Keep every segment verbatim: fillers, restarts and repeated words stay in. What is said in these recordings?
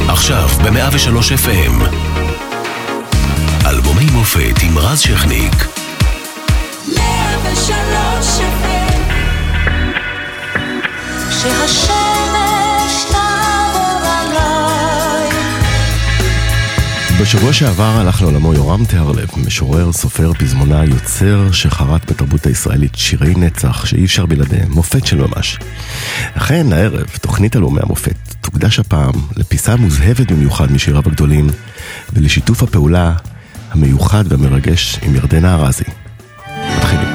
עכשיו ב-מאה ושלוש אף אם. אלבומי מופת עם רז שכניק. מאה ושלוש אף אם. שהשמש תעבור עליי. בשבוע שעבר הלך לעולמו יורם תיארלב, משורר, סופר, פזמונה, יוצר שחרט בתרבות הישראלית שירי נצח שאי אפשר בלעדיהם, מופת של ממש. אכן, הערב, תוכנית אלבומי המופת תוקדש הפעם לפיסה מוזהבת במיוחד משיריו הגדולים ולשיתוף הפעולה המיוחד והמרגש עם ירדנה ארזי. מתחילים.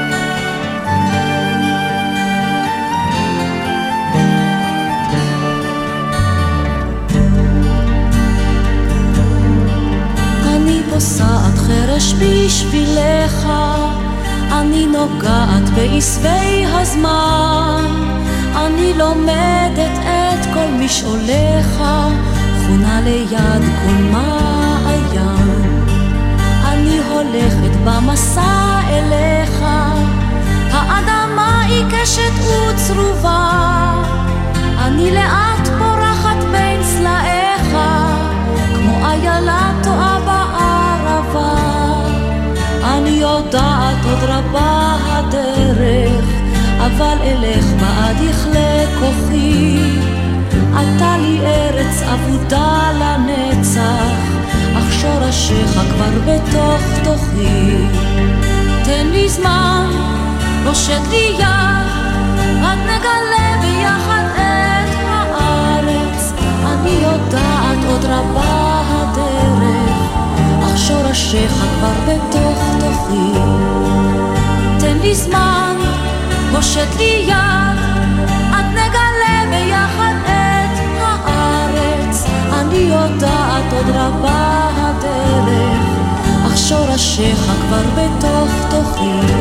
אני פוסעת חרש בשבילך, אני נוגעת בעשבי הזמן, אני לומדת את כל משעוליך, חונה ליד כל מעיין. אני הולכת במסע אליך, האדמה היא קשת וצרובה, אני לאט פורחת בין סלעיך, כמו איילה טועה בערבה. אני יודעת עוד רבה הדרך, אבל אלך בעד יכלה כוחי. אתה לי ארץ עבודה לנצח, אך שורשיך כבר בתוך תוכי. תן לי זמן, נושט לי יד, עד נגלה ביחד את הארץ. אני יודעת עוד רבה הדרך, אך שורשיך כבר בתוך תוכי. תן לי זמן, נושט לי יד, עד נגלה ביחד את הארץ. אני יודעת עוד רבה הדרך, אך שורשיך כבר בתוך תוכי.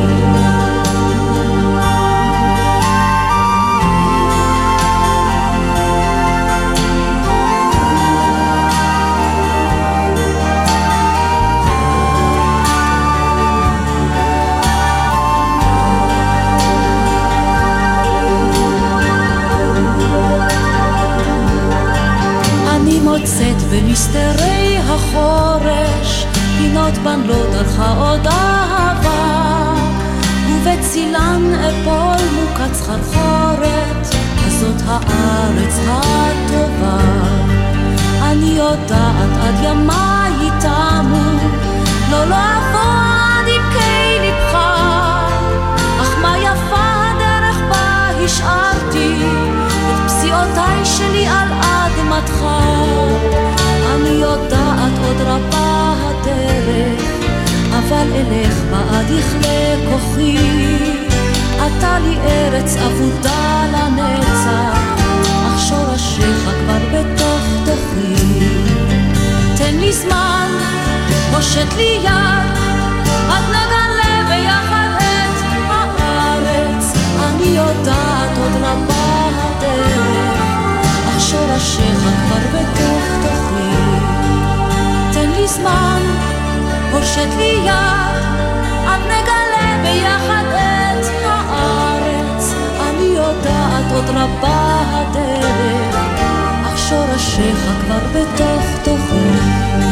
מוצאת במסתרי החורש, פינות בן לא דרכה עוד אהבה, ובצילן אפול מוקת סחרחורת, הזאת הארץ הטובה. אני יודעת עד ימי תמו, לא לא אבוא עד עמקי לבך, אך מה יפה הדרך בה השארתי את פסיעותיי שלי על אדמתך. אני יודעת עוד רבה הדרך, אבל אלך בעד יכלה כוחי. אתה לי ארץ עבודה לנצח, אך שורשיך כבר בתוך תוכי. תן לי זמן, פושט לי יד, עד נגלה ביחד את הארץ. אני יודעת עוד רבה הדרך, אך שורשיך כבר בתוך תוכי. תן לי זמן, פושט לי יד, עד נגלה ביחד את הארץ. אני יודעת עוד רבה הדרך, אך שורשיך כבר בתוך תוכי.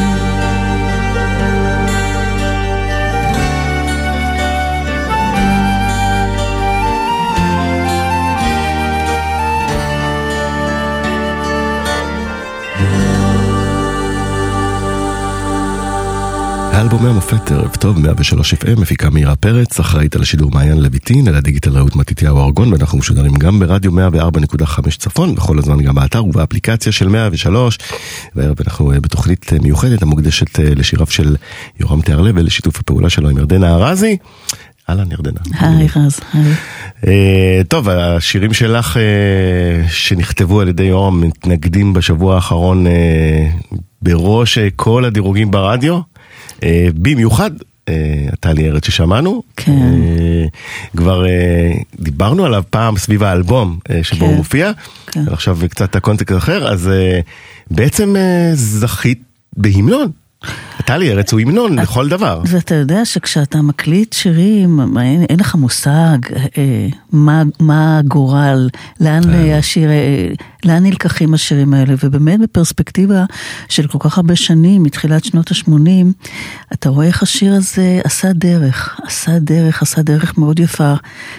אלבומי המופת, ערב טוב, מאה ושלוש אף אם, מפיקה מאירה פרץ, אחראית על השידור מעיין לויטין, על הדיגיטל רעות מתתיהו ארגון, ואנחנו משודרים גם ברדיו מאה וארבע נקודה חמש צפון, בכל הזמן גם באתר ובאפליקציה של מאה ושלוש, והערב אנחנו בתוכנית מיוחדת המוקדשת לשיריו של יורם תיארלב ולשיתוף הפעולה שלו עם ירדנה ארזי. אהלן ירדנה. היי רז, היי. טוב, השירים שלך שנכתבו על ידי יורם מתנגדים בשבוע האחרון בראש כל הדירוגים ברדיו, במיוחד אתה לי ארץ ששמענו, כבר דיברנו עליו פעם סביב האלבום שבו הוא מופיע, עכשיו קצת הקונטקסט אחר, אז בעצם זכית בהמנון. את טלי, ארץ הוא המנון לכל דבר. ואתה יודע שכשאתה מקליט שירים, אין, אין לך מושג אה, מה, מה הגורל, לאן השיר, אה, לאן נלקחים השירים האלה, ובאמת בפרספקטיבה של כל כך הרבה שנים, מתחילת שנות ה-שמונים, אתה רואה איך השיר הזה עשה דרך, עשה דרך, עשה דרך מאוד יפה,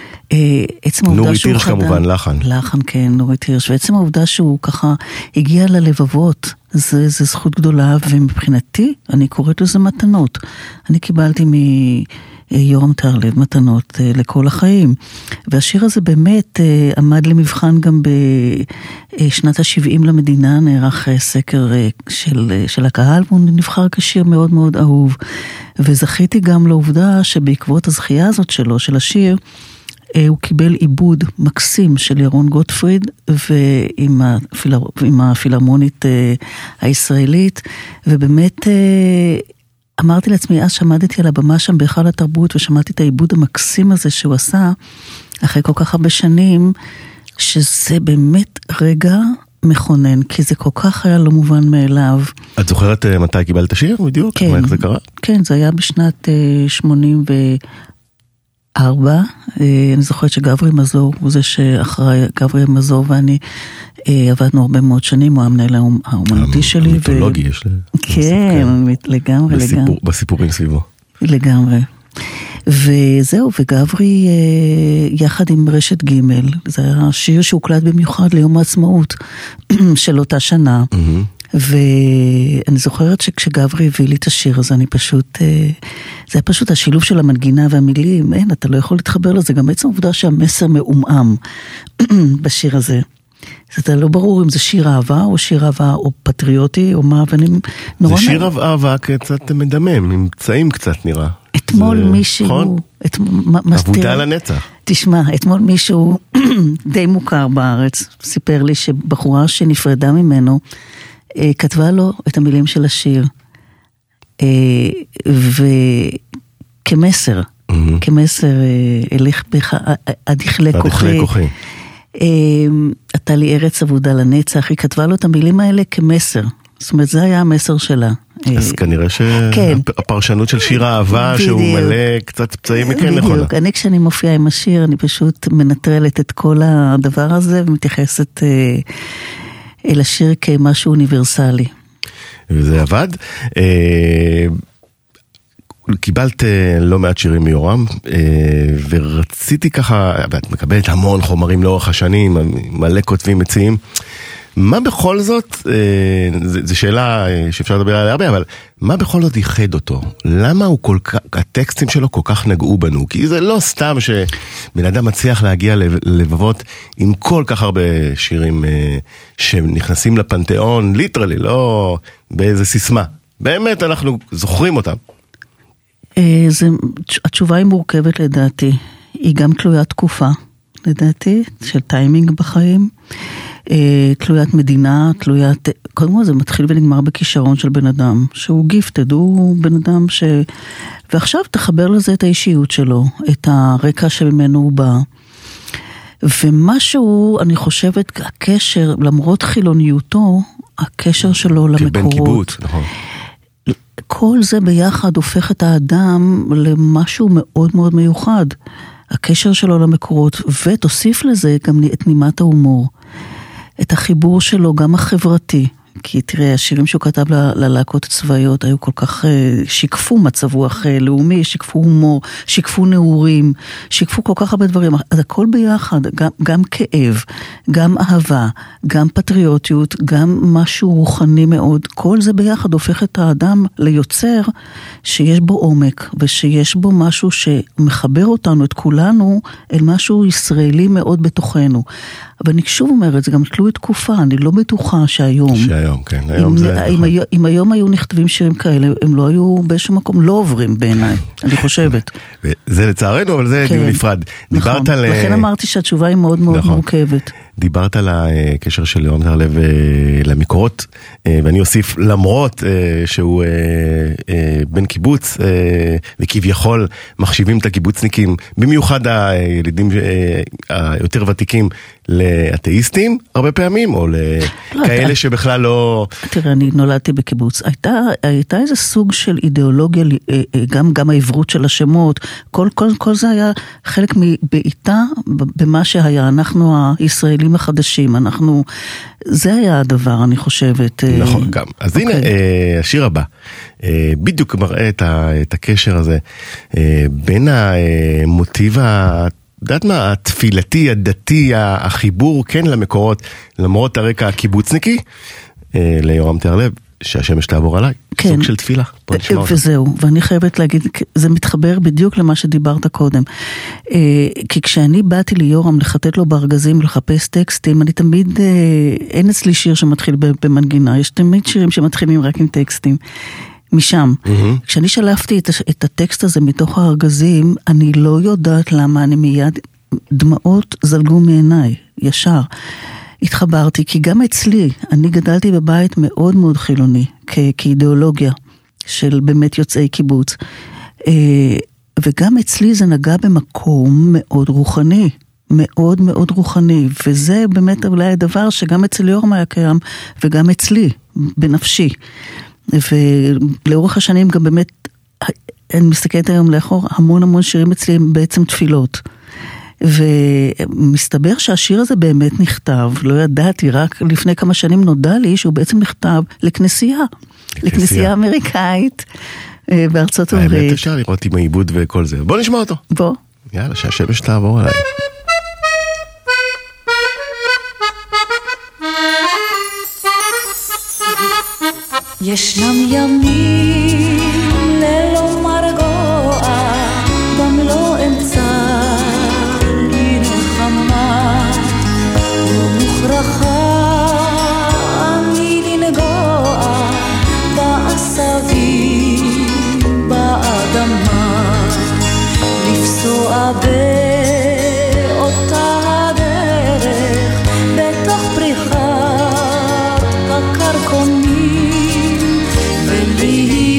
נורית הירש כמובן, לחן. לחן, כן, נורית הירש. ועצם העובדה שהוא ככה הגיע ללבבות, זה, זה זכות גדולה, ומבחינתי, אני קוראת לזה מתנות. אני קיבלתי מיורם טרלב מתנות לכל החיים. והשיר הזה באמת עמד למבחן גם בשנת ה-שבעים למדינה, נערך סקר של, של הקהל, והוא נבחר כשיר מאוד מאוד אהוב. וזכיתי גם לעובדה שבעקבות הזכייה הזאת שלו, של השיר, הוא קיבל עיבוד מקסים של ירון גוטפריד ועם הפילר, עם הפילהרמונית הישראלית, ובאמת אמרתי לעצמי, אז שמעתי על הבמה שם בהיכל התרבות ושמעתי את העיבוד המקסים הזה שהוא עשה אחרי כל כך הרבה שנים, שזה באמת רגע מכונן, כי זה כל כך היה לא מובן מאליו. את זוכרת מתי קיבלת שיר בדיוק? כן, איך זה קרה? כן, זה היה בשנת שמונים ו... ארבע, אני זוכרת שגברי מזור הוא זה שאחראי, גברי מזור ואני עבדנו הרבה מאוד שנים, הוא המנהל האומנותי שלי. המיתולוגי יש לה. כן, לגמרי, לגמרי. בסיפורים סביבו. לגמרי. וזהו, וגברי יחד עם רשת ג', זה היה שיר שהוקלט במיוחד ליום העצמאות של אותה שנה. ואני זוכרת שכשגברי הביא לי את השיר הזה, אני פשוט, זה היה פשוט השילוב של המנגינה והמילים, אין, אתה לא יכול להתחבר לזה, גם בעצם עובדה שהמסר מעומעם בשיר הזה. זה לא ברור אם זה שיר אהבה, או שיר אהבה, או פטריוטי, או מה, ואני נורא... זה שיר אהבה קצת מדמם, עם פצעים קצת נראה. אתמול מישהו... עבודה לנצח. תשמע, אתמול מישהו די מוכר בארץ, סיפר לי שבחורה שנפרדה ממנו, כתבה לו את המילים של השיר, וכמסר, כמסר, אליך בך, עד יכלה כוחי, אתה לי ארץ עבודה לנצח, היא כתבה לו את המילים האלה כמסר, זאת אומרת, זה היה המסר שלה. אז כנראה שהפרשנות של שיר האהבה, שהוא מלא קצת פצעים, מכן נכונה. בדיוק, אני כשאני מופיעה עם השיר, אני פשוט מנטרלת את כל הדבר הזה, ומתייחסת... אל השיר כמשהו אוניברסלי. וזה עבד. קיבלת לא מעט שירים מיורם, ורציתי ככה, ואת מקבלת המון חומרים לאורך השנים, מלא כותבים מציעים. מה בכל זאת, זו שאלה שאפשר לדבר עליה הרבה, אבל מה בכל זאת ייחד אותו? למה הוא כל כך, הטקסטים שלו כל כך נגעו בנו? כי זה לא סתם שבן אדם מצליח להגיע לבבות עם כל כך הרבה שירים שנכנסים לפנתיאון, ליטרלי, לא באיזה סיסמה. באמת אנחנו זוכרים אותם. התשובה היא מורכבת לדעתי. היא גם תלוית תקופה, לדעתי, של טיימינג בחיים. תלוית מדינה, תלוית, קודם כל זה מתחיל ונגמר בכישרון של בן אדם, שהוא גיפטד, הוא בן אדם ש... ועכשיו תחבר לזה את האישיות שלו, את הרקע שממנו הוא בא. ומשהו, אני חושבת, הקשר, למרות חילוניותו, הקשר שלו למקורות. כבן קיבוץ, נכון. כל זה ביחד הופך את האדם למשהו מאוד מאוד מיוחד. הקשר שלו למקורות, ותוסיף לזה גם את נימת ההומור. את החיבור שלו, גם החברתי, כי תראה, השירים שהוא כתב ללהקות הצבאיות היו כל כך, שיקפו מצב רוח לאומי, שיקפו הומור, שיקפו נעורים, שיקפו כל כך הרבה דברים, אז הכל ביחד, גם, גם כאב, גם אהבה, גם פטריוטיות, גם משהו רוחני מאוד, כל זה ביחד הופך את האדם ליוצר שיש בו עומק, ושיש בו משהו שמחבר אותנו, את כולנו, אל משהו ישראלי מאוד בתוכנו. אבל אני שוב אומרת, זה גם תלוי תקופה, אני לא בטוחה שהיום... שהיום, כן, היום אם, זה... אם, נכון. אם היום היו נכתבים שירים כאלה, הם לא היו באיזשהו מקום, לא עוברים בעיניי, אני חושבת. זה לצערנו, אבל זה כן, דיון נפרד. נכון, דיברת על... לכן אמרתי שהתשובה היא מאוד מאוד נכון. מורכבת. דיברת על הקשר של יורם טהרלב למקורות, ואני אוסיף למרות שהוא בן קיבוץ, וכביכול מחשיבים את הקיבוצניקים, במיוחד הילדים היותר ותיקים, לאתאיסטים הרבה פעמים, או לכאלה שבכלל לא... תראה, אני נולדתי בקיבוץ. הייתה, הייתה איזה סוג של אידיאולוגיה, גם, גם העברות של השמות, כל, כל, כל זה היה חלק מבעיטה במה שהיה. אנחנו הישראלים החדשים, אנחנו... זה היה הדבר, אני חושבת. נכון, גם. אז הנה, השיר הבא, בדיוק מראה את הקשר הזה, בין המוטיב ה... יודעת מה, התפילתי, הדתי, החיבור, כן, למקורות, למרות הרקע הקיבוצניקי, ליורם טהרלב, שהשמש תעבור עליי, כן. סוג של תפילה. וזהו, ואני חייבת להגיד, זה מתחבר בדיוק למה שדיברת קודם. כי כשאני באתי ליורם לחטט לו בארגזים, לחפש טקסטים, אני תמיד, אין אצלי שיר שמתחיל במנגינה, יש תמיד שירים שמתחילים רק עם טקסטים. משם. Mm-hmm. כשאני שלפתי את, את הטקסט הזה מתוך הארגזים, אני לא יודעת למה אני מיד, דמעות זלגו מעיניי, ישר. התחברתי, כי גם אצלי, אני גדלתי בבית מאוד מאוד חילוני, כ- כאידיאולוגיה של באמת יוצאי קיבוץ. וגם אצלי זה נגע במקום מאוד רוחני, מאוד מאוד רוחני, וזה באמת אולי הדבר שגם אצל יורם היה קיים, וגם אצלי, בנפשי. ולאורך השנים גם באמת, אני מסתכלת היום לאחור, המון המון שירים אצלי הם בעצם תפילות. ומסתבר שהשיר הזה באמת נכתב, לא ידעתי, רק לפני כמה שנים נודע לי שהוא בעצם נכתב לכנסייה, לכנסייה אמריקאית בארצות הברית. האמת אפשר לראות עם העיבוד וכל זה. בוא נשמע אותו. בוא. יאללה, שהשמש תעבור עליי. ישנם ימים ללא מרגוע, במלוא אמצע לי נחמה, ומוכרחה אני לנגוע בעשבים באדמה, לפסוע באותה הדרך בתוך פריחת הקרקומים, ולהיות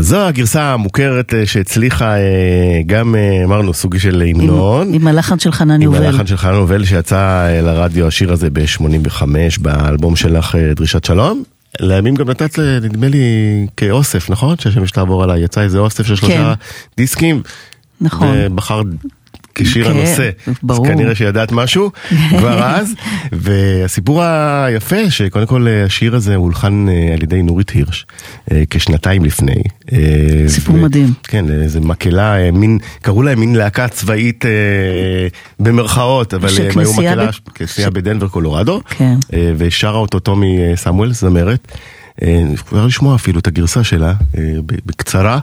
זו הגרסה המוכרת שהצליחה גם, אמרנו, סוג של המנון. עם, עם הלחן של חנן יובל. עם הלחן של חנן יובל שיצא לרדיו השיר הזה ב-שמונים וחמש באלבום שלך דרישת שלום. לימים גם נתת, נדמה לי, כאוסף, נכון? שהשמש תעבור עליי, יצא איזה אוסף של שלושה דיסקים. נכון. ובחר כשיר הנושא. אז כנראה שידעת משהו כבר אז. והסיפור היפה, שקודם כל השיר הזה הולחן על ידי נורית הירש, כשנתיים לפני. סיפור מדהים. כן, זה מקהלה, קראו להם מין להקה צבאית במרכאות, אבל הם היו מקהלה כנסייה בדנבר, קולורדו. ושרה אותו טומי סמואל, זמרת. אפשר לשמוע אפילו את הגרסה שלה, בקצרה.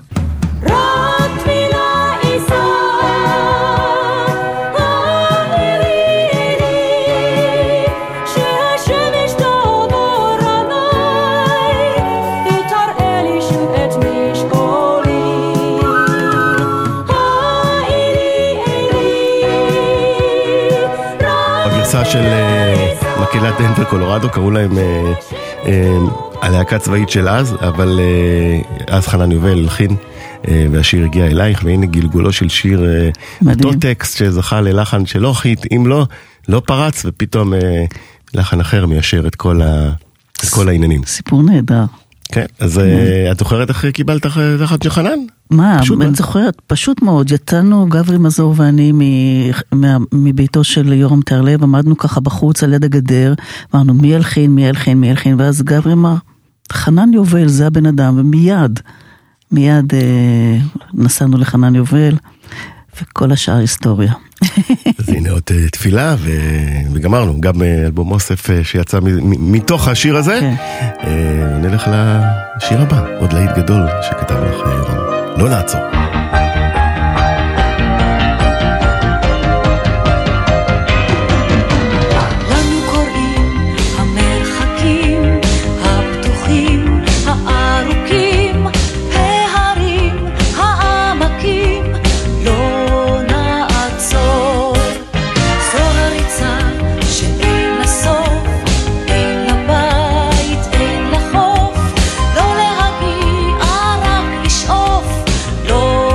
של מקהלת דנבר קולורדו, קראו להם הלהקה צבאית של אז, אבל אז חנן יובל הלחין והשיר הגיע אלייך, והנה גלגולו של שיר, אותו טקסט שזכה ללחן שלא חיט, אם לא, לא פרץ, ופתאום לחן אחר מיישר את כל העניינים. סיפור נהדר. כן, אז את זוכרת איך קיבלת לחן של חנן? מה, אני זוכרת, פשוט מאוד, יצאנו גברי מזור ואני מביתו של יורם תיארלב, עמדנו ככה בחוץ על יד הגדר, אמרנו מי ילחין, מי ילחין, מי ילחין, ואז גברי אמר, חנן יובל, זה הבן אדם, ומיד, מיד אה, נסענו לחנן יובל, וכל השאר היסטוריה. אז הנה עוד תפילה, וגמרנו, גם אלבום אוסף שיצא מתוך השיר הזה. נלך לשיר הבא, עוד להיט גדול שכתב לך יורם. לא לעצור. לא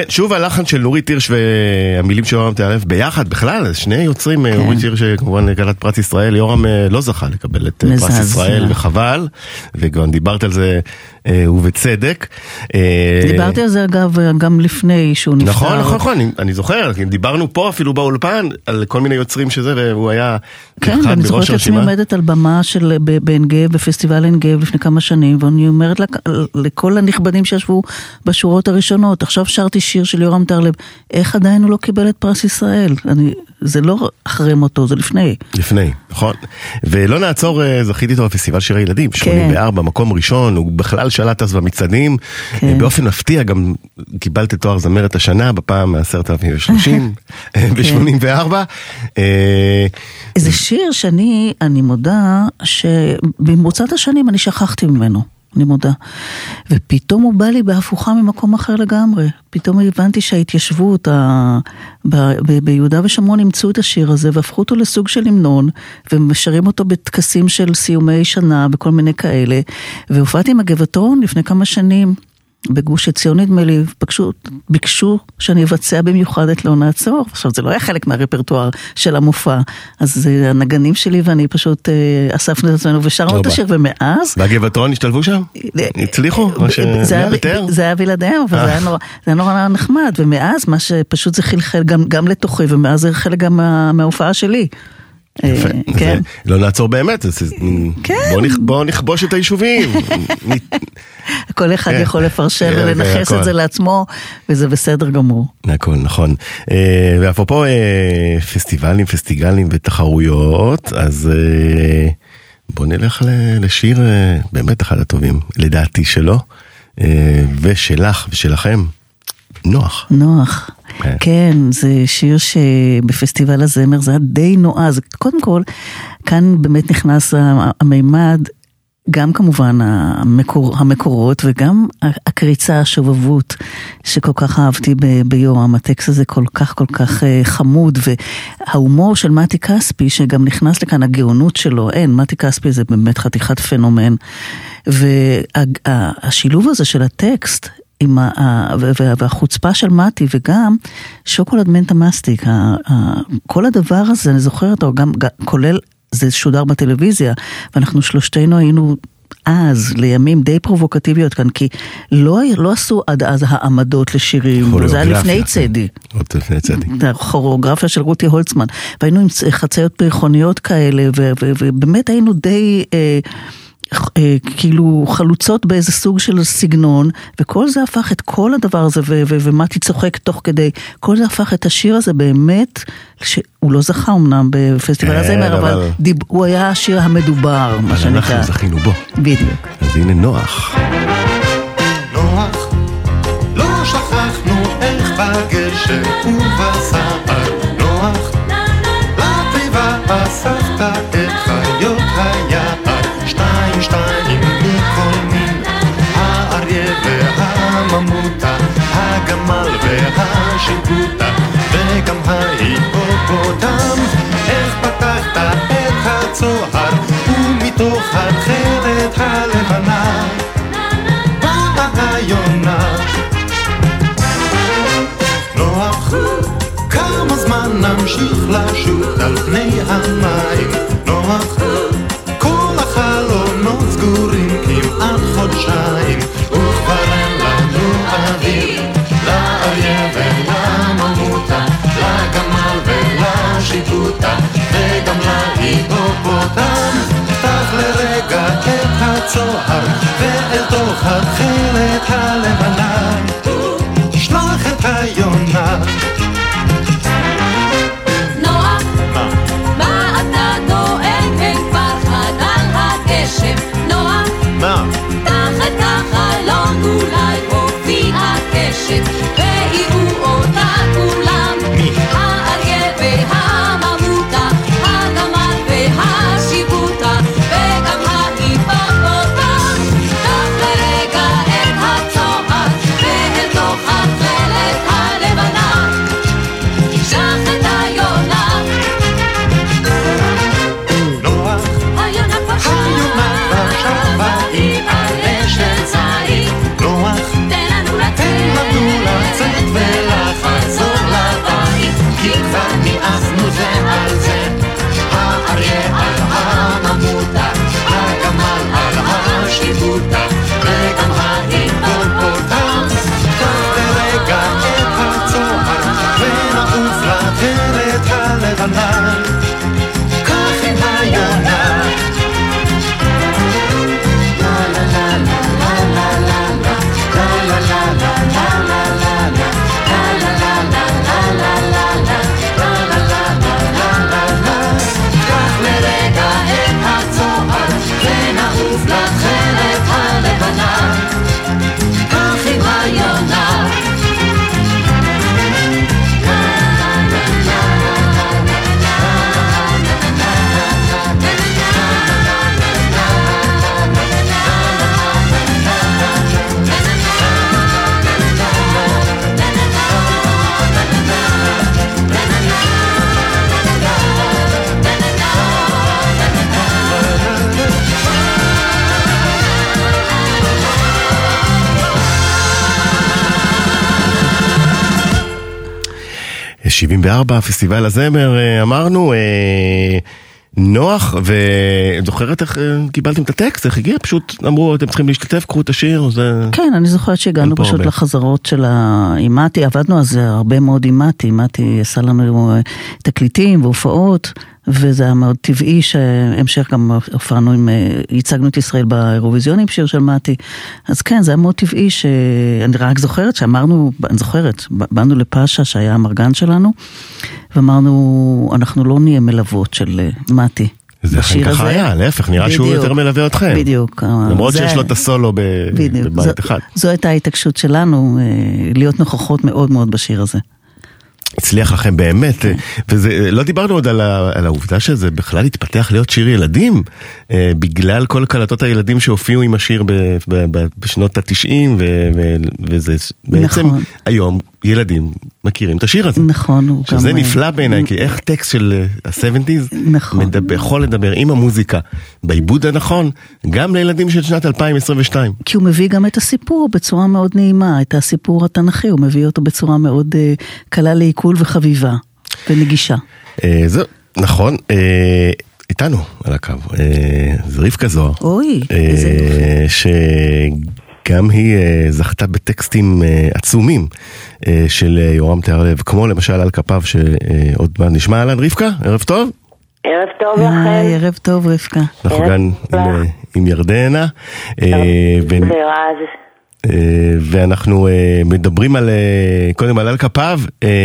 שוב הלחן של נורית הירש והמילים של יורם תיארף ביחד, בכלל, שני יוצרים, כן. נורית הירש כמובן קלת פרס ישראל, יורם לא זכה לקבל את מזז. פרס ישראל, וחבל, וגם דיברת על זה ובצדק. דיברתי על זה אגב גם לפני שהוא נפטר. נכון, נכון, נכון, אני, אני זוכר, דיברנו פה אפילו באולפן על כל מיני יוצרים שזה, והוא היה כן, אחד ואני בראש זוכרת הרשימה. עצמי עומדת על במה של בעין גב, בפסטיבל עין גב לפני כמה שנים, ואני אומרת לק, לכל הנכבדים שישבו בשורות הראשונות, עכשיו שרתי שיר של יורם תיארלב, איך עדיין הוא לא קיבל את פרס ישראל? אני, זה לא אחרי מותו, זה לפני. לפני, נכון. ולא נעצור, זכיתי איתו בפסטיבל שירי ילדים, שמונים וארבע, מקום ראשון, הוא בכלל שלט אז במצעדים, כן. באופן מפתיע גם קיבלת תואר זמרת השנה, בפעם עשרת אלפים ושלושים, ב-שמונים וארבע. זה שיר שאני, אני מודה, שבמרוצת השנים אני שכחתי ממנו. אני מודה. ופתאום הוא בא לי בהפוכה ממקום אחר לגמרי. פתאום הבנתי שההתיישבות ה... ב... ב... ביהודה ושומרון אימצו את השיר הזה, והפכו אותו לסוג של המנון, ומשרים אותו בטקסים של סיומי שנה, וכל מיני כאלה. והופעתי עם הגבעתרון לפני כמה שנים, בגוש עציון נדמה לי, ביקשו, ביקשו שאני אבצע במיוחד את לא נעצור. עכשיו זה לא היה חלק מהרפרטואר של המופע, אז הנגנים שלי ואני פשוט אה, אספנו את עצמנו ושרנו את השיר, ומאז... והגבעתרון השתלבו שם? הצליחו? זה היה בלעדיהם, אבל זה היה נורא, זה היה נורא נחמד, ומאז מה שפשוט זה חלחל גם, גם לתוכי, ומאז זה חלק גם מה, מההופעה שלי. יפה, כן. לא נעצור באמת, כן. בוא, נכ, בוא נכבוש את היישובים. כל אחד כן. יכול לפרשל כן, ולנחס את זה לעצמו, וזה בסדר גמור. הכל, נכון. ואפרופו פסטיבלים, פסטיגלים ותחרויות, אז בוא נלך לשיר באמת אחד הטובים, לדעתי שלו, ושלך ושלכם, נוח. נוח. כן, זה שיר שבפסטיבל הזמר זה היה די נועז. קודם כל, כאן באמת נכנס המימד, גם כמובן המקור, המקורות וגם הקריצה, השובבות שכל כך אהבתי ב- ביורם. הטקסט הזה כל כך כל כך חמוד, וההומור של מתי כספי שגם נכנס לכאן, הגאונות שלו, אין, מתי כספי זה באמת חתיכת פנומן, והשילוב הזה של הטקסט, עם ה- והחוצפה של מתי, וגם שוקולד מנטה מסטיק, כל הדבר הזה, אני זוכרת, גם כולל, זה שודר בטלוויזיה, ואנחנו שלושתנו היינו אז, לימים די פרובוקטיביות כאן, כי לא, לא עשו עד אז העמדות לשירים, זה היה לפני צדי. עוד לפני צדי. הכוריאוגרפיה של רותי הולצמן, והיינו עם חציות פרחוניות כאלה, ובאמת היינו די... כאילו חלוצות באיזה סוג של סגנון, וכל זה הפך את כל הדבר הזה, ומתי צוחק תוך כדי, כל זה הפך את השיר הזה באמת, שהוא לא זכה אמנם בפסטיבל הזמר, אבל הוא היה השיר המדובר, מה שנקרא. אנחנו זכינו בו. בדיוק. אז הנה נוח. נוח, לא שכחנו איך בגשם ובסער, נוח, לטבע אספת את חיות היער, שתיים שתיים מכל מין, האריה והממותה, הגמל והשיבוטה, וגם ההיפופוטם. איך פתחת את הצוהר ומתוך התכלת הלבנה באה היונה. נוח, כמה זמן נמשיך לשוט על פני המים, נוח, החלונות סגורים כמעט חודשיים, וכבר אין לנו אוויר, לאריה ולממותה, לגמל ולשיבוטה, וגם להיפופוטם. פתח לרגע את הצוהר, ואל תוך התכלת הלבנה, שלח את היונה. נוח, מה אתה דואג אין פחד על הגשם? נוח, מה? תחת החלון אולי הופיע קשת, והראו אותה כולם, האריה והממותה, הגמל והשיבוטה, וגם ההיפופוטם. לבנה, כך עם היונה. לה לה לה לה לה לה לה לה לה לה לה לה לה לחלת הלבנה, כך עם היונה. שבעים וארבע, פסטיבל הזמר, אמרנו, נוח, וזוכרת איך קיבלתם את הטקסט, איך הגיע? פשוט אמרו, אתם צריכים להשתתף, קחו את השיר, זה... כן, אני זוכרת שהגענו פשוט הרבה. לחזרות של האימתי, עבדנו אז הרבה מאוד אימתי, אימתי עשה לנו תקליטים והופעות, וזה היה מאוד טבעי שהמשך גם הופענו עם, ייצגנו את ישראל באירוויזיון עם שיר של מתי, אז כן, זה היה מאוד טבעי שאני רק זוכרת שאמרנו, אני זוכרת, באנו לפאשה שהיה המרגן שלנו, ואמרנו, אנחנו לא נהיה מלוות של מתי. זה אכן ככה היה, להפך, נראה שהוא יותר מלווה אתכם. בדיוק. למרות שיש לו את הסולו בבית אחד. זו הייתה ההתעקשות שלנו, להיות נוכחות מאוד מאוד בשיר הזה. הצליח לכם באמת, ולא דיברנו עוד על, על העובדה שזה בכלל התפתח להיות שיר ילדים, בגלל כל קלטות הילדים שהופיעו עם השיר ב, ב, ב, בשנות התשעים, ו, ו, וזה בעצם נכון. היום ילדים מכירים את השיר הזה. נכון. שזה נפלא בעיניי, כי איך טקסט של ה-שבעים נכון. מדבר, יכול לדבר עם המוזיקה, בעיבוד הנכון, גם לילדים של שנת אלפיים עשרים ושתיים. כי הוא מביא גם את הסיפור בצורה מאוד נעימה, את הסיפור התנכי, הוא מביא אותו בצורה מאוד uh, קלה לעיכול וחביבה, ונגישה. Uh, זו, נכון, uh, איתנו על הקו, uh, זה רבקה זוהר. אוי, uh, איזה יופי. שגם היא uh, זכתה בטקסטים uh, עצומים uh, של uh, יורם תיארלב, כמו למשל על כפיו שעוד uh, מה נשמע עליו. רבקה, ערב טוב. ערב טוב לכם. ערב טוב רבקה. אנחנו גם עם, עם ירדנה. ואנחנו מדברים על, קודם על על כפיו,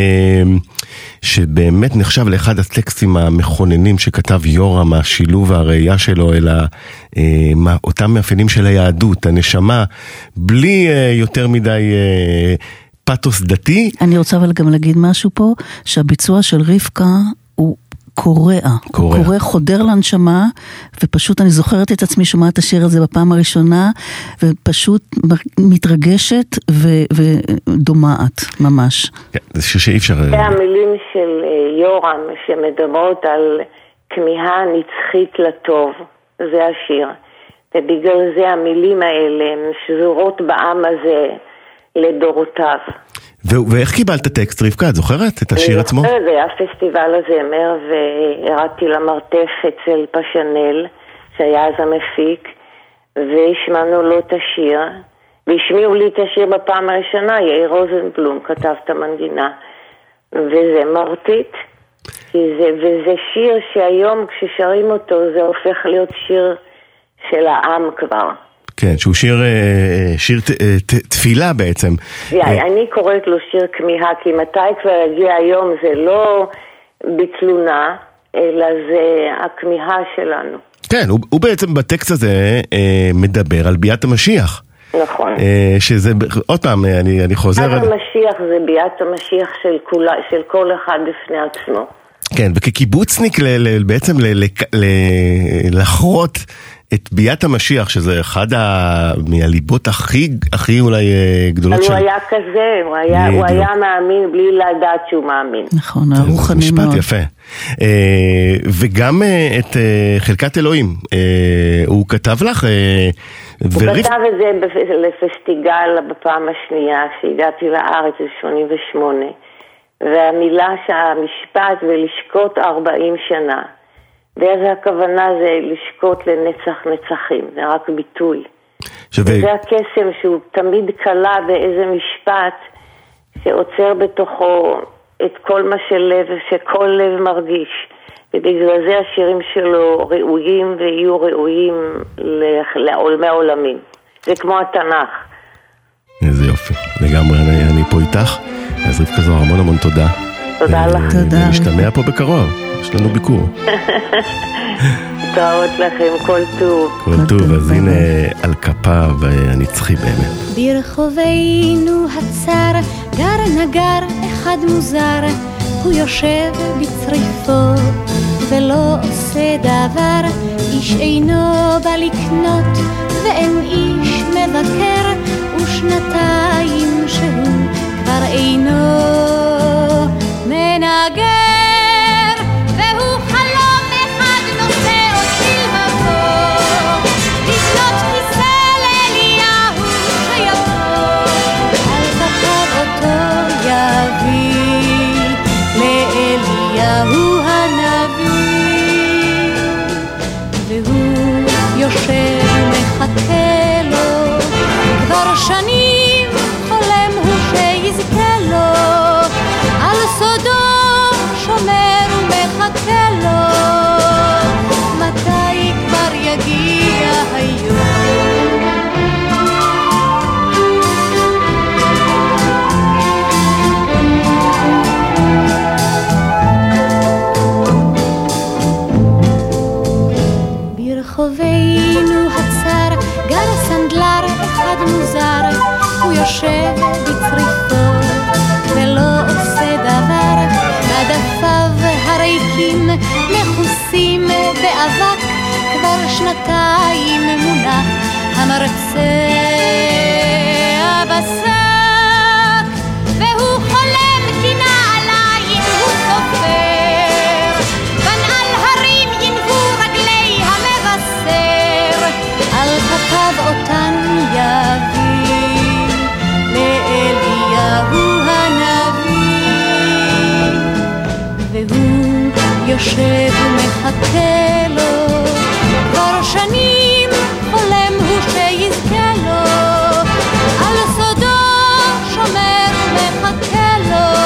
שבאמת נחשב לאחד הטקסטים המכוננים שכתב יורם, השילוב והראייה שלו אל אותם מאפיינים של היהדות, הנשמה, בלי יותר מדי פאתוס דתי. אני רוצה אבל גם להגיד משהו פה, שהביצוע של רבקה הוא קורא, קורא, קורא, חודר לנשמה, ופשוט אני זוכרת את עצמי שומעת את השיר הזה בפעם הראשונה, ופשוט מתרגשת ו- ודומעת, ממש. זה שיר שאי אפשר... זה המילים של יורם, שמדברות על כמיהה נצחית לטוב, זה השיר. ובגלל זה המילים האלה, הן שזורות בעם הזה לדורותיו. ואיך קיבלת טקסט רבקה? את זוכרת את השיר עצמו? אני זוכרת, זה היה פסטיבל הזמר, והרדתי למרתף אצל פשנל, שהיה אז המפיק, והשמענו לו את השיר, והשמיעו לי את השיר בפעם הראשונה, יאיר רוזנבלום כתב את המנגינה, וזה מרטיט, וזה שיר שהיום כששרים אותו זה הופך להיות שיר של העם כבר. כן, שהוא שיר, שיר ת, ת, תפילה בעצם. אני קוראת לו שיר כמיהה, כי מתי כבר הגיע היום זה לא בתלונה, אלא זה הכמיהה שלנו. כן, הוא, הוא בעצם בטקסט הזה אה, מדבר על ביאת המשיח. נכון. אה, שזה, עוד פעם, אני, אני חוזר... ביאת המשיח זה ביאת המשיח של, כולה, של כל אחד בפני עצמו. כן, וכקיבוצניק ל, ל, בעצם ל, ל, ל, לחרות... את ביאת המשיח, שזה אחד מהליבות הכי, הכי אולי גדולות של... אבל הוא היה כזה, הוא היה, הוא היה מאמין בלי לדעת שהוא מאמין. נכון, הרוחני מאוד. משפט יפה. וגם את חלקת אלוהים, הוא כתב לך... הוא כתב את זה לפסטיגל בפעם השנייה, כשהגעתי לארץ ב-שמונים ושמונה, והמילה שהמשפט ולשקוט ארבעים שנה. ואיזה הכוונה זה לשקוט לנצח נצחים, זה רק ביטוי. שווה... וזה הקסם שהוא תמיד קלה באיזה משפט שעוצר בתוכו את כל מה שלב, שכל לב מרגיש. ובגלל זה השירים שלו ראויים ויהיו ראויים לעולמי העולמים. זה כמו התנ"ך. איזה יופי, לגמרי, אני, אני פה איתך. אז רבקה זוהר, המון המון תודה. תודה לך. תודה. ונשתמע פה בקרוב, יש לנו ביקור. תראות לכם, כל טוב. כל טוב, אז הנה על כפיו הנצחי באמת. ברחובינו הצר גר נגר אחד מוזר, הוא יושב בצריפו ולא עושה דבר, איש אינו בא לקנות ואין איש מבקר, ושנתיים שהוא כבר אינו מנגר, והוא חלום אחד נושא אותי לבוא, לקנות כיסא לאליהו שיבוא, על כפיו אותו יביא לאליהו הנביא, והוא יושב ומחכה לו כבר שנים, חולם הוא שיזכה לו, על סודו שומר ומחכה לו, מתי כבר יגיע היום. ברחובינו הצר גר סנדלר אחד מוזר, הוא יושב בצריפו ולא עושה דבר, מדפיו הריקים מכוסים באבק, כבר שנתיים מונח המרצה הבשק, והוא חולם כי נעליים הוא סופר, בנעל הרים ינבו רגלי המבשר, על כפיו אותן יביא לאליהו הנביא, והוא יושב ומחכה לו כבר שנים, חולם הוא שיזכה לו, על סודו שומר ומחכה לו,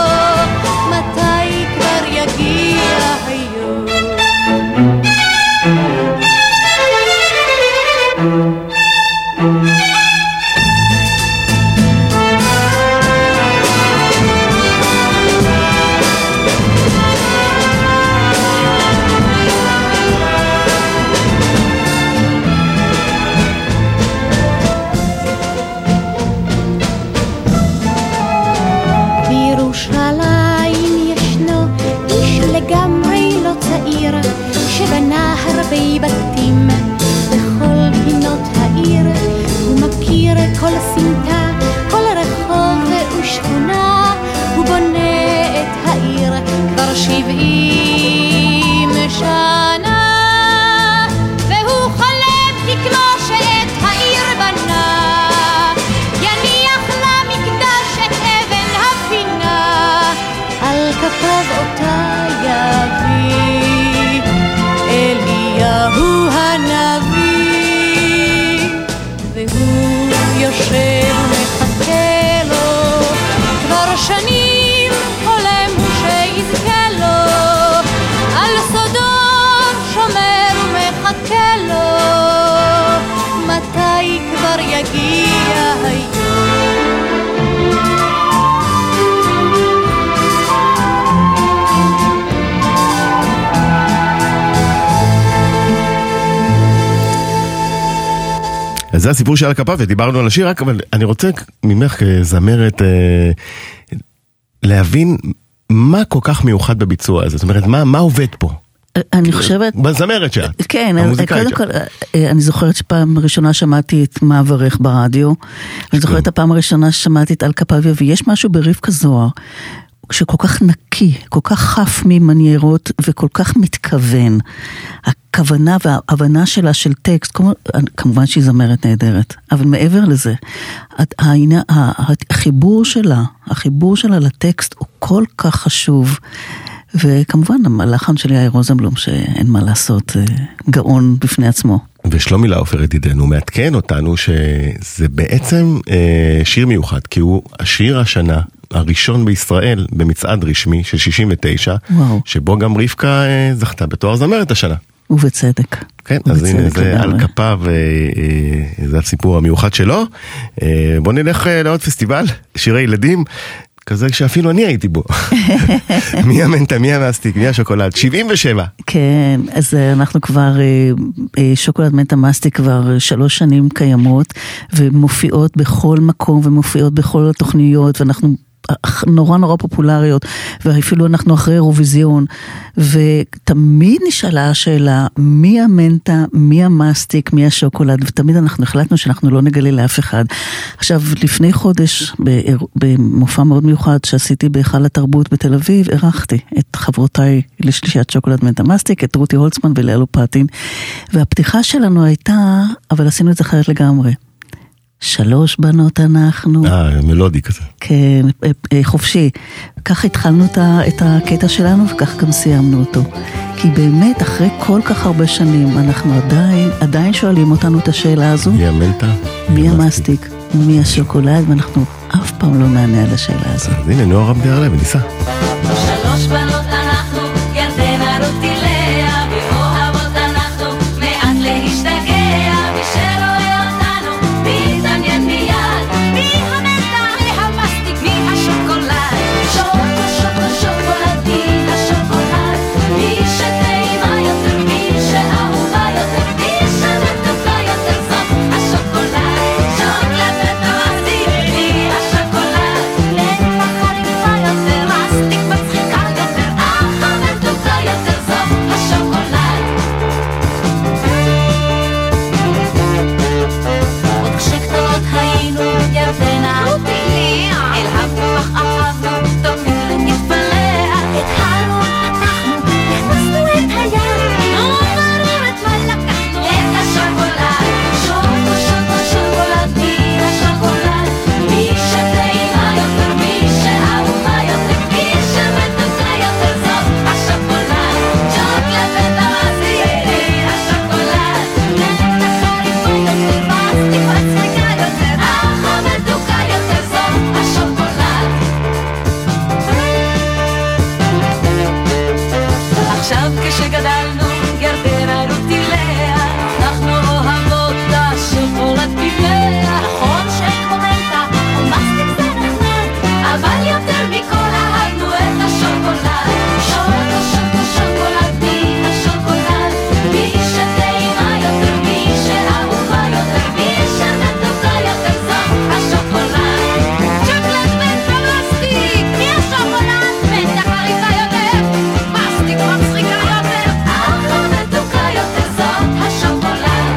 מתי כבר יגיע היום. בירושלים ישנו איש לגמרי לא צעיר, שבנה הרבה בתים בכל פינות העיר, הוא מכיר כל סמטה, כל רחוב ושכונה, הוא בונה את העיר כבר שבעים שנה, והוא חולם כי כמו שאת העיר בנה, יניח למקדש את אבן הפינה, על כפיו אותה יביא אליהו הנביא, והוא יושב ומחכה לו כבר שנים, חולם הוא שיזכה לו, על סודו שומר ומחכה לו, מתי כבר יגיע היום. אז זה הסיפור של על כפיו, ודיברנו על השיר, רק אבל אני רוצה ממך כזמרת אה, להבין מה כל כך מיוחד בביצוע הזה, זאת אומרת, מה, מה עובד פה? אני חושבת... בזמרת שאת, כן, המוזיקאית קודם שאת. כל, אני זוכרת שפעם ראשונה שמעתי את מעברך ברדיו, אני זוכרת הפעם הראשונה ששמעתי את על כפיו, ויש משהו ברבקה זוהר, שכל כך נקי, כל כך חף ממניירות וכל כך מתכוון. הכוונה וההבנה שלה של טקסט, כמובן שהיא זמרת נהדרת, אבל מעבר לזה, החיבור שלה, החיבור שלה לטקסט הוא כל כך חשוב, וכמובן הלחן של יאיר רוזנבלום שאין מה לעשות, גאון בפני עצמו. ושלומי לאופר ידידנו מעדכן אותנו שזה בעצם אה, שיר מיוחד, כי הוא השיר השנה הראשון בישראל במצעד רשמי של שישים ותשע, וואו. שבו גם רבקה זכתה בתואר זמרת השנה. ובצדק. כן, אז הנה זה על כפיו, זה הסיפור המיוחד שלו. בוא נלך לעוד פסטיבל, שירי ילדים, כזה שאפילו אני הייתי בו. מי המנטה, מי המסטיק, מי השוקולד, שבעים ושבע. כן, אז אנחנו כבר, שוקולד מנטה מסטיק כבר שלוש שנים קיימות, ומופיעות בכל מקום, ומופיעות בכל התוכניות, ואנחנו נורא נורא פופולריות, ואפילו אנחנו אחרי אירוויזיון, ותמיד נשאלה השאלה, מי המנטה, מי המסטיק, מי השוקולד, ותמיד אנחנו החלטנו שאנחנו לא נגלה לאף אחד. עכשיו, לפני חודש, במופע מאוד מיוחד שעשיתי בהיכל התרבות בתל אביב, ערכתי את חברותיי לשלישיית שוקולד מנטה מסטיק, את רותי הולצמן ולאלו פטין, והפתיחה שלנו הייתה, אבל עשינו את זה אחרת לגמרי. שלוש בנות אנחנו. אה, מלודי כזה. כן, חופשי. כך התחלנו את הקטע שלנו וכך גם סיימנו אותו. כי באמת אחרי כל כך הרבה שנים אנחנו עדיין, עדיין שואלים אותנו את השאלה הזו. מי המנטה? מי המסטיק? מי השוקולד? ואנחנו אף פעם לא נענה על השאלה הזו. אז הנה, נוער רב דרלה וניסה. שלוש בנות אנחנו, ירדנה רותי לאה, ואוהבות אנחנו, מעט להשתגע, מי שרואה אותנו, מתעניין מיד, מי המנטה, מי המסטיק, מי השוקולד, שוקו שוקו שוקולד, מי השוקולד, מי שטעימה יותר, מי שאהובה יותר, מי שמתוקה יותר, זאת השוקולד, שוקולד מטורסי, מי השוקולד, מנטה חריפה יותר, מסטיק מצחיקה יותר, אך המתוקה יותר, זאת השוקולד. עוד כשקטנות היינו, ירדנה רותי לאה, אל הפרח אהבנו, תמיד נתפלח, את הארון פתחנו, הכנסנו את היד, לא ברור את מה לקחנו, את השוקולד, שוקו שוקו שוקולד, מי השוקולד, מי שטעימה יותר, מי שאהובה יותר, מי שמתוקה יותר, זאת השוקולד, שוקולד מטורסי, מי השוקולד, מנטה חריפה יותר, מסטיק מצחיקה יותר, אך המתוקה יותר, זאת השוקולד. עכשיו כשגדלנו, ירדנה רותי לאה, אנחנו אוהבות את השוקולד במאה, נכון שאין כמו מנטה, מסטיק זה נחמד, אבל יותר מכל אהבנו את השוקולד, שוקו שוקו שוקולד, מי השוקולד, מי שטעימה יותר, מי שאהובה יותר, מי שמתוקה יותר, זאת השוקולד. שוקולד מנטה מסטיק, מי השוקולד, מנטה חריפה יותר, מסטיק מצחיקה יותר, אך המתוקה יותר, זאת השוקולד.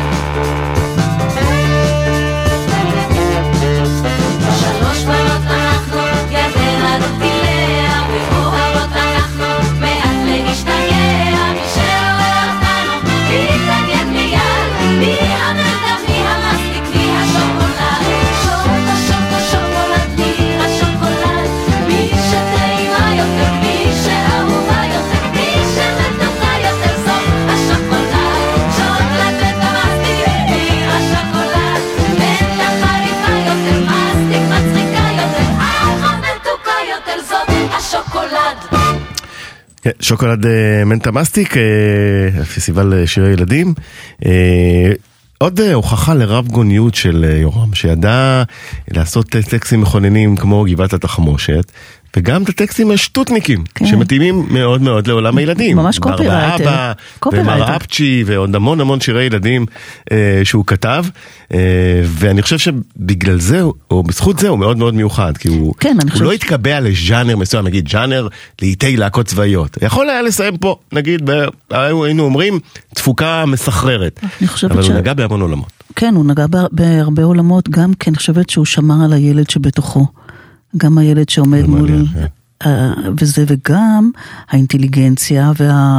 שלוש בנות אנחנו, ירדנה רותי לאה, ואוהבות אנחנו, מעט להשתגע, מי שרואה אותנו, מתעניין מיד, מי המנטה, מי המסטיק, מי השוקולד, שוקו שוקו שוקולד, מי השוקולד, מי שטעימה יותר, מי שאהובה יותר, מי שמתוקה יותר, זאת השוקולד, שוקולד מנטה מסטיק, מי השוקולד, מנטה חריפה יותר, מסטיק מצחיקה יותר, אך המתוקה יותר, זאת השוקולד. כן, שוקולד אה, מנטה מסטיק, אה, פסטיבל אה, שירי ילדים. אה, עוד אה, הוכחה לרב גוניות של אה, יורם, שידע לעשות אה, טקסטים מכוננים כמו גבעת התחמושת, וגם את הטקסטים השטוטניקים, כן. שמתאימים מאוד מאוד לעולם הילדים. ממש קופירייטר. ברבא אבא, קופירייטר. ומר אפצ'י, ועוד המון המון שירי ילדים אה, שהוא כתב, אה, ואני חושב שבגלל זה, או בזכות זה, הוא מאוד מאוד מיוחד, כי הוא, כן, אני הוא חושב לא ש- התקבע לז'אנר מסוים, נגיד ז'אנר לעיתי להקות צבאיות. יכול היה לסיים פה, נגיד, ב- היינו אומרים, תפוקה מסחררת. אני חושבת אבל ש- הוא נגע בהמון עולמות. כן, הוא נגע בה- בהרבה עולמות, גם כן, אני חושבת שהוא שמר על הילד שבתוכו. גם הילד שעומד מול... מעניין, כן. אה, וזה, וגם האינטליגנציה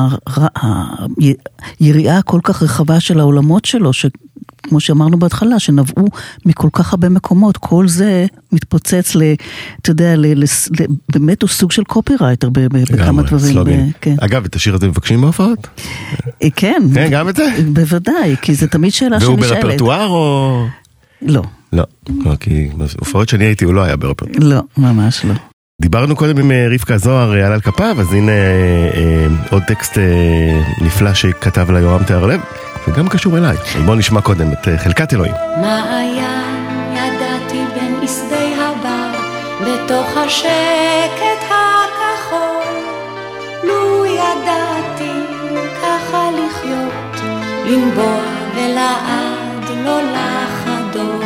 והיריעה הכל כך רחבה של העולמות שלו, שכמו שאמרנו בהתחלה, שנבעו מכל כך הרבה מקומות, כל זה מתפוצץ ל... אתה יודע, ל- לס- ל- באמת הוא סוג של קופירייטר ב- ב- בכמה לגמרי, דברים. סלוגן. ב- כן. אגב, את השיר הזה מבקשים מהופעות? אה, כן. כן, גם את זה? בוודאי, כי זה תמיד שאלה והוא שנשאלת. ברפרטואר או... לא, לא, לא, כי בהופעות שאני הייתי הוא לא היה ברפרטואר. לא, ממש לא. דיברנו קודם עם רבקה זוהר על כפיו, אז הנה עוד טקסט נפלא שכתב לה יורם תיארלב, וגם קשור אליי. בואו נשמע קודם את חלקת אלוהים. מה היה ידעתי בין שדי הבר, בתוך השקט הכחול, לו ידעתי ככה לחיות, לנבוע ולעד לא לחדול.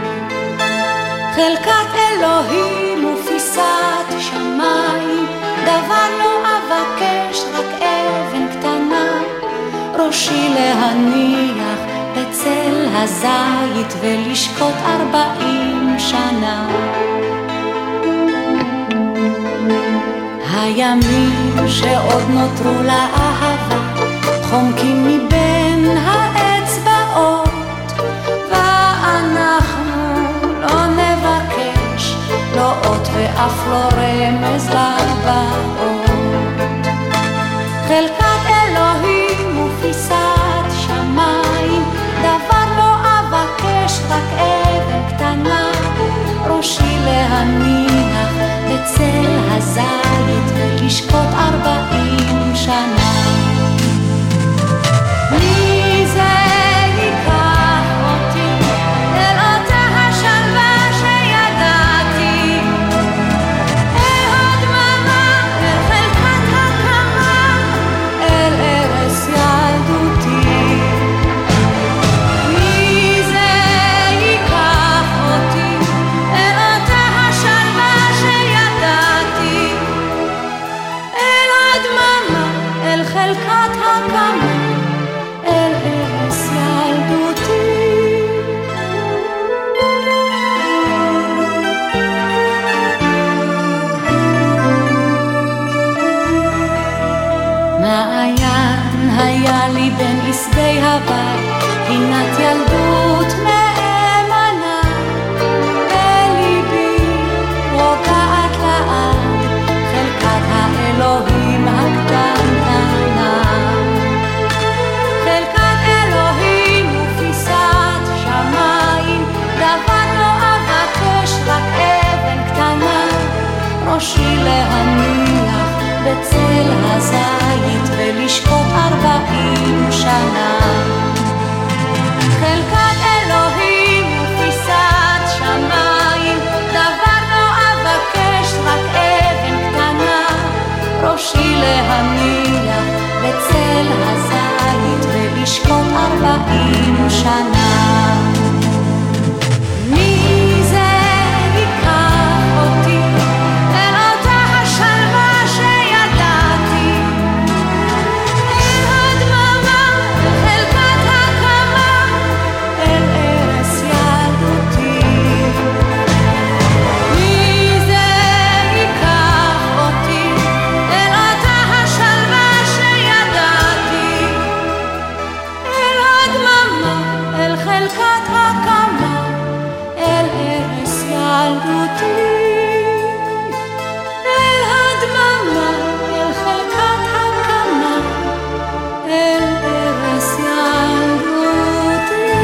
חלקת אלוהים ופיסת שמיים, דבר לא אבקש, רק אבן קטנה, ראשי להניח בצל הזית ולשקוט ארבעים שנה. הימים שעוד נותרו לאהבה חומקים מבין האצבעות, ואנחנו לא נבקש לא אות ואף לא רמז לבאות. חלקת אלוהים ופיסת שמיים, דבר לא אבקש, רק אבן קטנה, ראשי להניח בצל הזית ולשקוט ארבעים שנה. מי זה ייקח אותי אל אותה השלווה שידעתי, אל הדממה, אל חלקת הקמה, אל ארץ ילדותי. מי זה ייקח אותי אל אותה השלווה שידעתי, אל הדממה, אל חלקת הקמה, אל ארץ ילדותי. מעיין היה לי בין שדי הבר, פינת ילדות נאמנה, בליבי רוגעת לעד חלקת האלוהים הקטנטנה. חלקת אלוהים ופיסת שמיים, דבר לא אבקש, רק אבן קטנה, ראשי להניח בצל הזית ולשקוט ארבעים שנה. חלקת אלוהים ופיסת שמיים, דבר לא אבקש, רק אבן קטנה, ראשי להניח בצל הזית ולשקוט ארבעים שנה. מי זה ייקח אותי אל אותה השלווה שידעתי, אל הדממה, אל חלקת הקמה, אל ארץ ילדותי. מי זה ייקח אותי אל אותה השלווה שידעתי, אל הדממה, אל חלקת הקמה, אל ארץ ילדותי. אל הדממה, אל חלקת הקמה, אל ארץ ילדותי.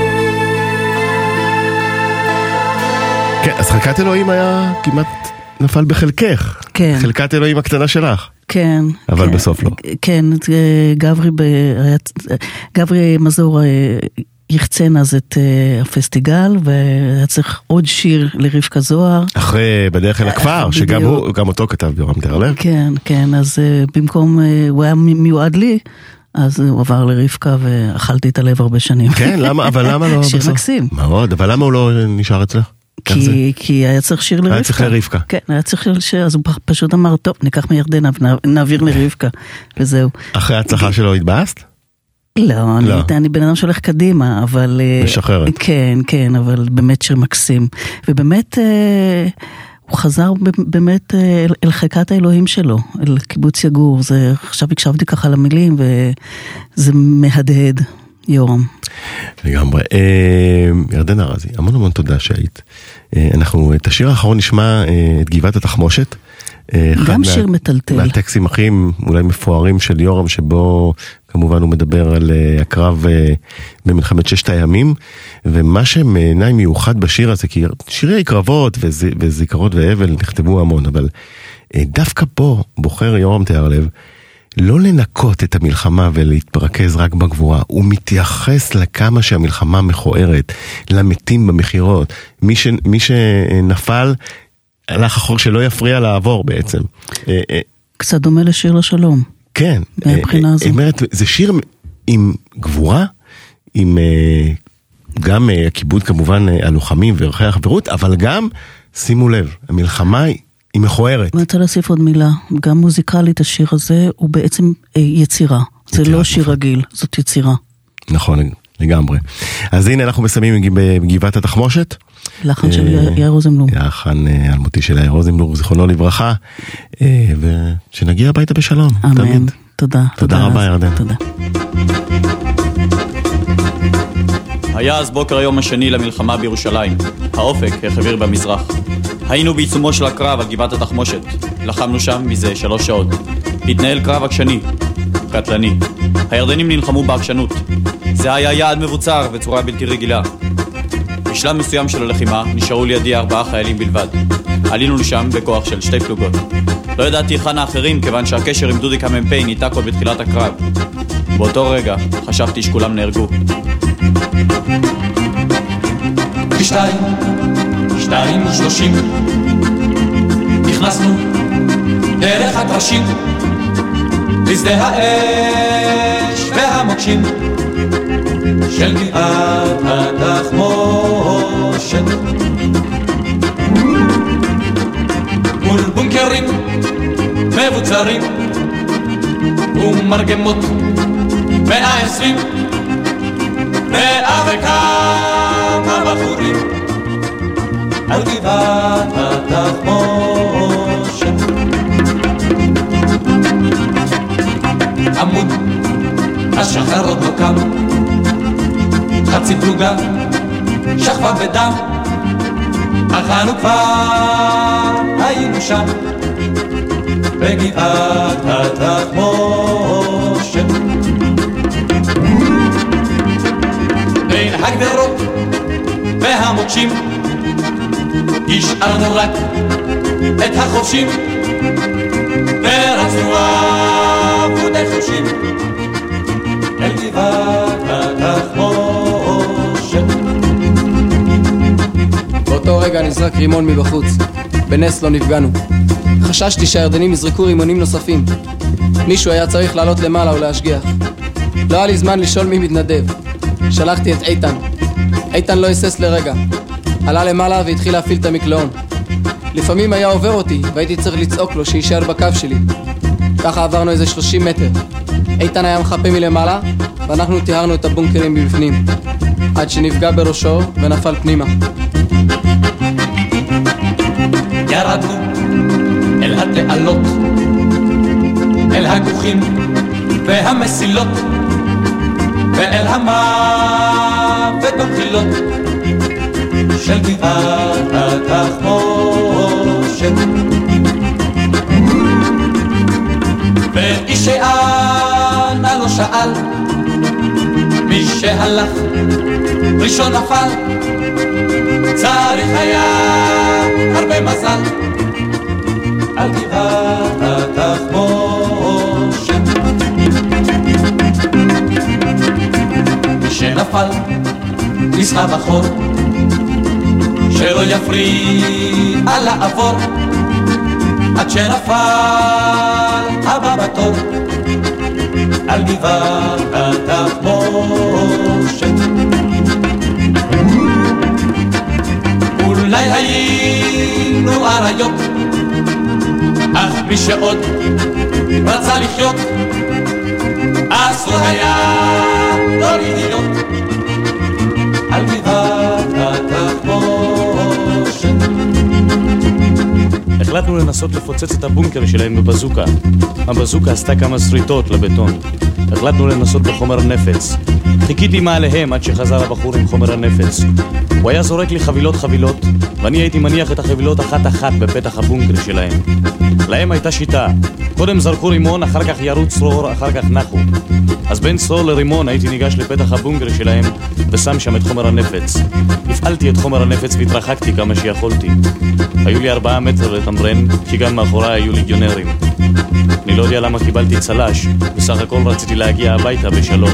כן, אז חלקת אלוהים היה כמעט נפל בחלקך. כן. חלקת אלוהים הקטנה שלך. כן. אבל כן, בסוף לא. כן, גברי, ב... גברי מזור יחצן אז את הפסטיגל, והיה צריך עוד שיר לרבקה זוהר. אחרי בדרך אל הכפר, שגם הוא, גם אותו כתב יורם תיארלב. כן, כן, אז במקום, הוא היה מיועד לי, אז הוא עבר לרבקה ואכלתי את הלב הרבה שנים. כן, למה, אבל למה לא שיר בסוף? מקסים. מאוד, אבל למה הוא לא נשאר אצלך? כי, כי היה צריך שיר לרבקה. היה צריך לרבקה. כן, היה צריך שיר, אז הוא פשוט אמר, טוב, ניקח מירדנה ונעביר לרבקה, וזהו. אחרי ההצלחה שלו התבאסת? לא, אני, אני בן אדם שהולך קדימה, אבל... משחררת. כן, כן, אבל באמת שיר מקסים. ובאמת, הוא חזר באמת אל, אל חלקת האלוהים שלו, אל קיבוץ יגור. זה, עכשיו הקשבתי ככה למילים, וזה מהדהד, יורם. לגמרי. ירדנה ארזי, המון המון תודה שהיית. אנחנו את השיר האחרון נשמע את גבעת התחמושת, גם שיר מטלטל. מהטקסטים הכי אולי מפוארים של יורם, שבו כמובן הוא מדבר על הקרב במלחמת ששת הימים, ומה שמעיניי מיוחד בשיר הזה, כי שירי קרבות וזיכרות והבל נכתבו המון, אבל דווקא פה בוחר יורם תיארלב לא לנקות את המלחמה ולהתרכז רק בגבורה, הוא מתייחס לכמה שהמלחמה מכוערת, למתים במחירות, מי, ש, מי שנפל הלך אחור שלא יפריע לעבור בעצם. קצת דומה לשיר לשלום. כן. מהבחינה הזו. אומרת, זה שיר עם גבורה, עם גם הכיבוד כמובן הלוחמים וערכי החברות, אבל גם, שימו לב, המלחמה היא היא מכוערת. אני רוצה להוסיף עוד מילה, גם מוזיקלית השיר הזה הוא בעצם יצירה, זה לא שיר רגיל, זאת יצירה. נכון, לגמרי. אז הנה אנחנו מסיימים בגבעת התחמושת. לחן של יאיר רוזנבלום. לחן אלמותי של יאיר רוזנבלום, זיכרונו לברכה, ושנגיע הביתה בשלום. אמן, תודה. תודה רבה ירדן. תודה. היה אז בוקר היום השני למלחמה בירושלים. האופק החביר במזרח. היינו בעיצומו של הקרב על גבעת התחמושת. לחמנו שם מזה שלוש שעות. התנהל קרב עקשני, קטלני. הירדנים נלחמו בעקשנות. זה היה יעד מבוצר וצורה בלתי רגילה. בשלב מסוים של הלחימה נשארו לידי ארבעה חיילים בלבד. עלינו לשם בכוח של שתי פלוגות. לא ידעתי היכן האחרים כיוון שהקשר עם דודיק המ"פ ניתק עוד בתחילת הקרב. באותו רגע חשבתי שכולם נהרגו. בשתיים, שתיים ושלושים נכנסנו דרך הקרשים לשדה האש והמוקשים של גבעת התחמושת מול בונקרים מבוצרים ומרגמות מאה עשרים מאה וכמה בחורים על גבעת התחמושת עמוד השחר עוד לא קם חצי פלוגה שכבה בדם אכלנו כבר היינו שם בגבעת התחמושת בין הגדרות והמוקשים השארנו רק את החופשים ורצנו עבודי חושים אל גבעת התחמושת. באותו רגע נזרק רימון מבחוץ, בנס לא נפגענו. חששתי שהירדנים יזרקו רימונים נוספים. מישהו היה צריך לעלות למעלה ולהשגיח. לא היה לי זמן לשאול מי מתנדב. שלחתי את איתן. איתן לא היסס לרגע. עלה למעלה והתחיל להפעיל את המקלעון. לפעמים היה עובר אותי והייתי צריך לצעוק לו שישאר בקו שלי. ככה עברנו איזה שלושים מטר. איתן היה מחפה מלמעלה ואנחנו תיארנו את הבונקרים מבפנים עד שנפגע בראשו ונפל פנימה. ירדנו אל התעלות, אל הגוחים והמסילות ואל המוות במחילות של גבעת התחמושת. ואיש שאנה לא שאל, מי שהלך ראשון נפל, צריך היה הרבה מזל על גבעת התחמושת. מי שנפל נסחב בחור, שלא יפריע לעבור עד שנפל הבא בתור על גבעת התחמושת. אולי היינו אריות, אך מי שעוד רצה לחיות אסור היה לא להיות על גבעת התחמושת. החלטנו לנסות לפוצץ את הבונקר שלהם בבזוקה. הבזוקה עשתה כמה שריטות לבטון. החלטנו לנסות בחומר נפץ. חיכיתי מעליהם עד שחזר הבחור עם חומר הנפץ. הוא היה זורק לי חבילות חבילות, ואני הייתי מניח את החבילות אחת אחת בפתח הבונקר שלהם. להם הייתה שיטה. קודם זרקו רימון, אחר כך ירו צרור, אחר כך נחו. אז בין צרור לרימון הייתי ניגש לפתח הבונקר שלהם ושם שם את חומר הנפץ. הפעלתי את חומר הנפץ והתרחקתי כמה שיכולתי. היו לי ארבעה מטר לתמרן, כי גם מאחוריי היו ליגיונרים. אני לא יודע למה קיבלתי צלש, בסך הכל רציתי להגיע הביתה בשלום.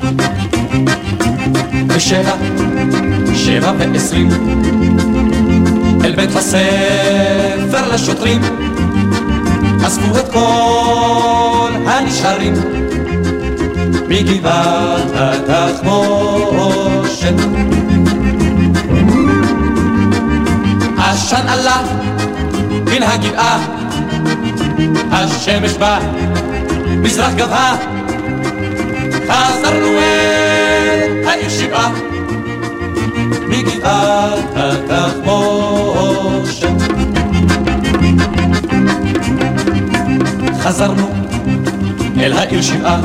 בשבע, שבע ועשרים, אל בית הספר לשוטרים, אספו את כל הנשארים מגבעת התחמושת. עשן עלה מן הגבעה, השמש בא, מזרח גבהה, חזרנו אל העיר שבעה מגבעת התחמושת. חזרנו אל העיר שבעה,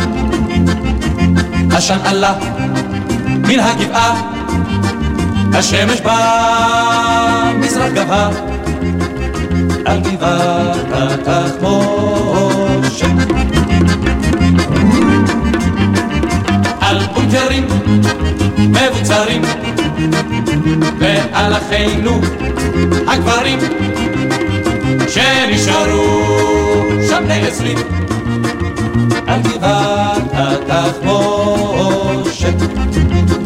עשן עלה מן הגבעה, השמש בא, מזרח גבהה, על גבעת התחמושת. על בונקרים מבוצרים ועל אחינו הגברים שנשארו שם נעשרים על גבעת התחמושת.